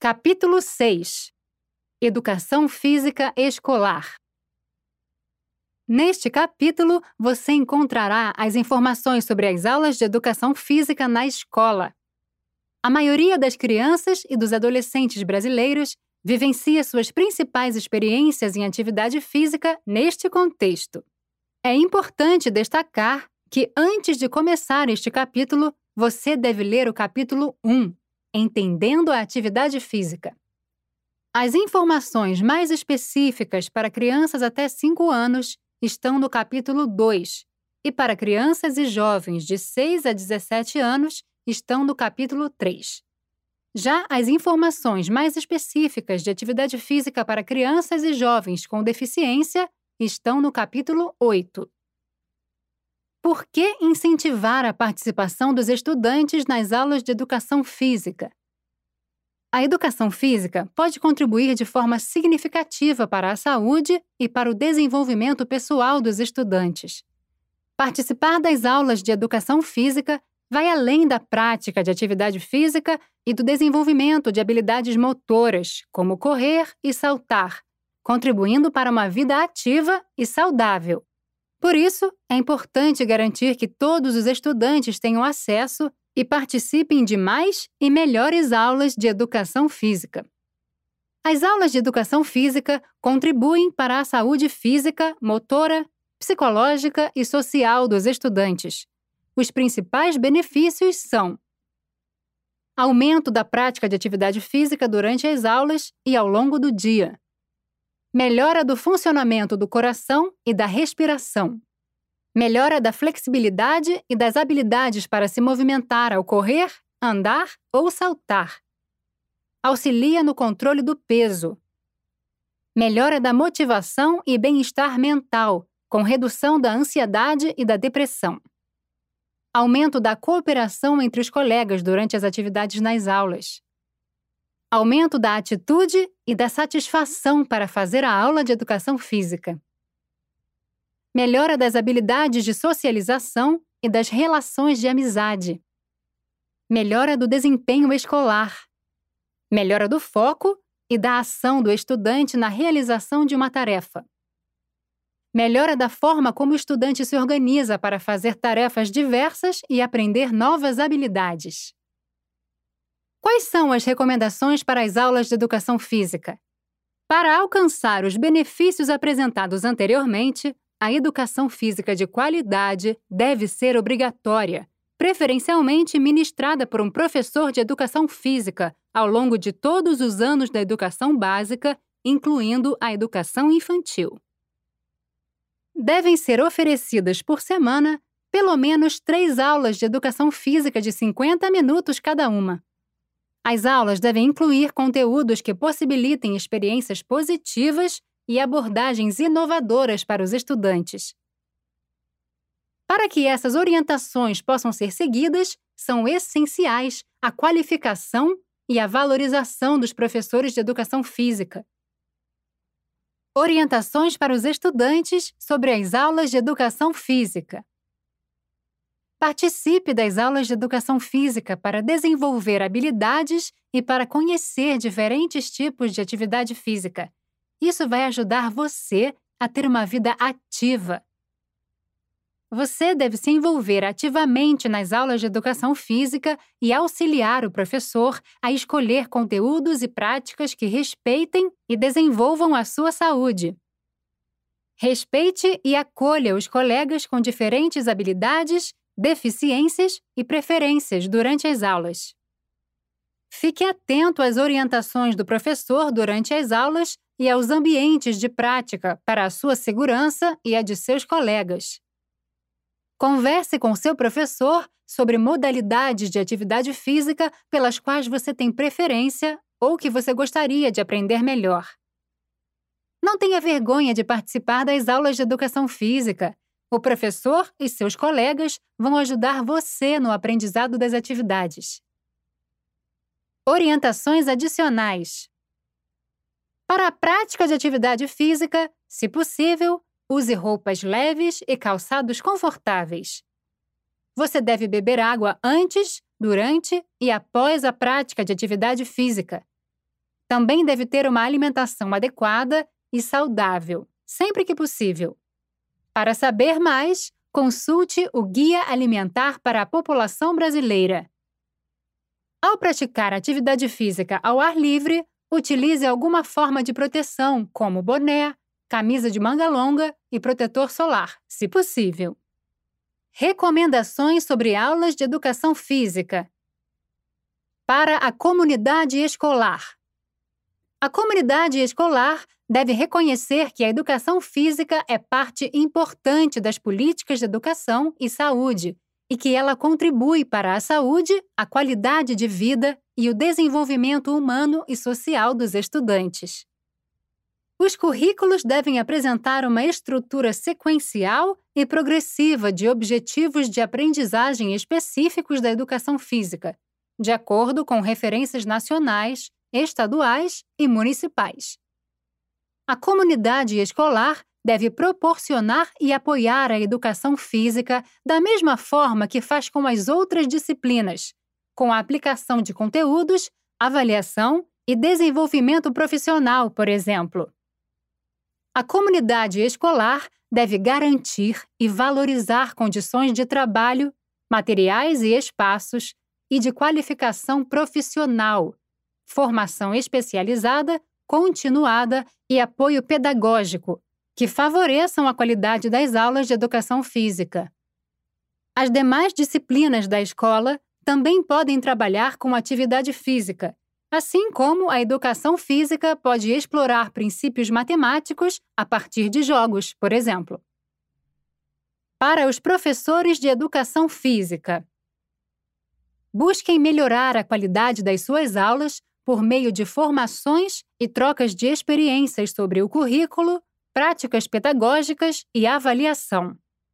Capítulo 6. Educação Física Escolar. Neste capítulo, você encontrará as informações sobre as aulas de educação física na escola. A maioria das crianças e dos adolescentes brasileiros vivencia suas principais experiências em atividade física neste contexto. É importante destacar que, antes de começar este capítulo, você deve ler o capítulo 1, Entendendo a Atividade Física. As informações mais específicas para crianças até 5 anos estão no capítulo 2, e para crianças e jovens de 6 a 17 anos estão no capítulo 3. Já as informações mais específicas de atividade física para crianças e jovens com deficiência estão no capítulo 8. Por que incentivar a participação dos estudantes nas aulas de educação física? A educação física pode contribuir de forma significativa para a saúde e para o desenvolvimento pessoal dos estudantes. Participar das aulas de educação física vai além da prática de atividade física e do desenvolvimento de habilidades motoras, como correr e saltar, contribuindo para uma vida ativa e saudável. Por isso, é importante garantir que todos os estudantes tenham acesso e participem de mais e melhores aulas de educação física. As aulas de educação física contribuem para a saúde física, motora, psicológica e social dos estudantes. Os principais benefícios são: aumento da prática de atividade física durante as aulas e ao longo do dia. Melhora do funcionamento do coração e da respiração. Melhora da flexibilidade e das habilidades para se movimentar ao correr, andar ou saltar. Auxilia no controle do peso. Melhora da motivação e bem-estar mental, com redução da ansiedade e da depressão. Aumento da cooperação entre os colegas durante as atividades nas aulas. Aumento da atitude e da satisfação para fazer a aula de educação física. Melhora das habilidades de socialização e das relações de amizade. Melhora do desempenho escolar. Melhora do foco e da ação do estudante na realização de uma tarefa. Melhora da forma como o estudante se organiza para fazer tarefas diversas e aprender novas habilidades. Quais são as recomendações para as aulas de educação física? Para alcançar os benefícios apresentados anteriormente, a educação física de qualidade deve ser obrigatória, preferencialmente ministrada por um professor de educação física ao longo de todos os anos da educação básica, incluindo a educação infantil. Devem ser oferecidas por semana pelo menos 3 aulas de educação física de 50 minutos cada uma. As aulas devem incluir conteúdos que possibilitem experiências positivas e abordagens inovadoras para os estudantes. Para que essas orientações possam ser seguidas, são essenciais a qualificação e a valorização dos professores de educação física. Orientações para os estudantes sobre as aulas de educação física. Participe das aulas de educação física para desenvolver habilidades e para conhecer diferentes tipos de atividade física. Isso vai ajudar você a ter uma vida ativa. Você deve se envolver ativamente nas aulas de educação física e auxiliar o professor a escolher conteúdos e práticas que respeitem e desenvolvam a sua saúde. Respeite e acolha os colegas com diferentes habilidades, deficiências e preferências durante as aulas. Fique atento às orientações do professor durante as aulas e aos ambientes de prática para a sua segurança e a de seus colegas. Converse com seu professor sobre modalidades de atividade física pelas quais você tem preferência ou que você gostaria de aprender melhor. Não tenha vergonha de participar das aulas de educação física. O professor e seus colegas vão ajudar você no aprendizado das atividades. Orientações adicionais. Para a prática de atividade física, se possível, use roupas leves e calçados confortáveis. Você deve beber água antes, durante e após a prática de atividade física. Também deve ter uma alimentação adequada e saudável, sempre que possível. Para saber mais, consulte o Guia Alimentar para a População Brasileira. Ao praticar atividade física ao ar livre, utilize alguma forma de proteção, como boné, camisa de manga longa e protetor solar, se possível. Recomendações sobre aulas de educação física. Para a comunidade escolar. A comunidade escolar deve reconhecer que a educação física é parte importante das políticas de educação e saúde e que ela contribui para a saúde, a qualidade de vida e o desenvolvimento humano e social dos estudantes. Os currículos devem apresentar uma estrutura sequencial e progressiva de objetivos de aprendizagem específicos da educação física, de acordo com referências nacionais, estaduais e municipais. A comunidade escolar deve proporcionar e apoiar a educação física da mesma forma que faz com as outras disciplinas, com a aplicação de conteúdos, avaliação e desenvolvimento profissional, por exemplo. A comunidade escolar deve garantir e valorizar condições de trabalho, materiais e espaços e de qualificação profissional, formação especializada, continuada e apoio pedagógico, que favoreçam a qualidade das aulas de educação física. As demais disciplinas da escola também podem trabalhar com atividade física, assim como a educação física pode explorar princípios matemáticos a partir de jogos, por exemplo. Para os professores de educação física, busquem melhorar a qualidade das suas aulas por meio de formações e trocas de experiências sobre o currículo, práticas pedagógicas e avaliação.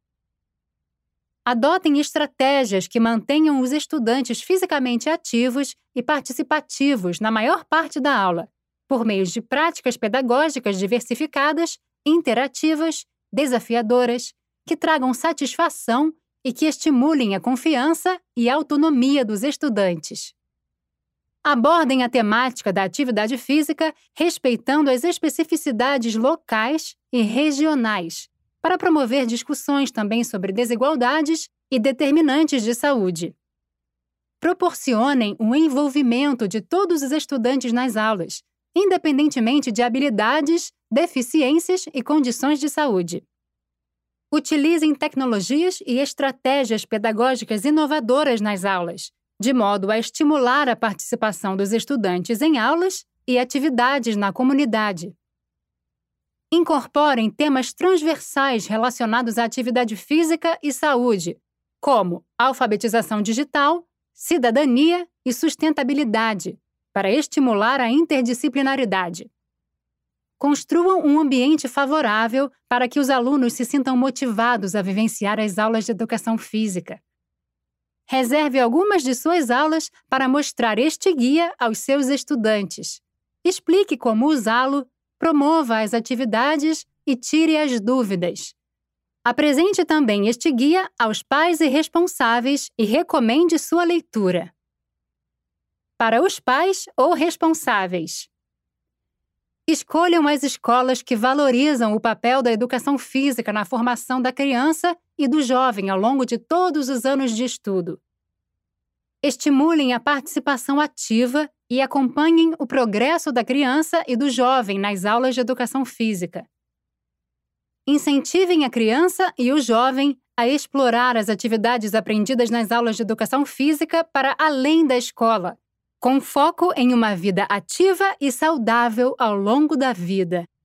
Adotem estratégias que mantenham os estudantes fisicamente ativos e participativos na maior parte da aula, por meio de práticas pedagógicas diversificadas, interativas, desafiadoras, que tragam satisfação e que estimulem a confiança e a autonomia dos estudantes. Abordem a temática da atividade física respeitando as especificidades locais e regionais, para promover discussões também sobre desigualdades e determinantes de saúde. Proporcionem o envolvimento de todos os estudantes nas aulas, independentemente de habilidades, deficiências e condições de saúde. Utilizem tecnologias e estratégias pedagógicas inovadoras nas aulas, de modo a estimular a participação dos estudantes em aulas e atividades na comunidade. Incorporem temas transversais relacionados à atividade física e saúde, como alfabetização digital, cidadania e sustentabilidade, para estimular a interdisciplinaridade. Construam um ambiente favorável para que os alunos se sintam motivados a vivenciar as aulas de educação física. Reserve algumas de suas aulas para mostrar este guia aos seus estudantes. Explique como usá-lo, promova as atividades e tire as dúvidas. Apresente também este guia aos pais e responsáveis e recomende sua leitura. Para os pais ou responsáveis, escolham as escolas que valorizam o papel da educação física na formação da criança e do jovem ao longo de todos os anos de estudo. Estimulem a participação ativa e acompanhem o progresso da criança e do jovem nas aulas de educação física. Incentivem a criança e o jovem a explorar as atividades aprendidas nas aulas de educação física para além da escola, com foco em uma vida ativa e saudável ao longo da vida.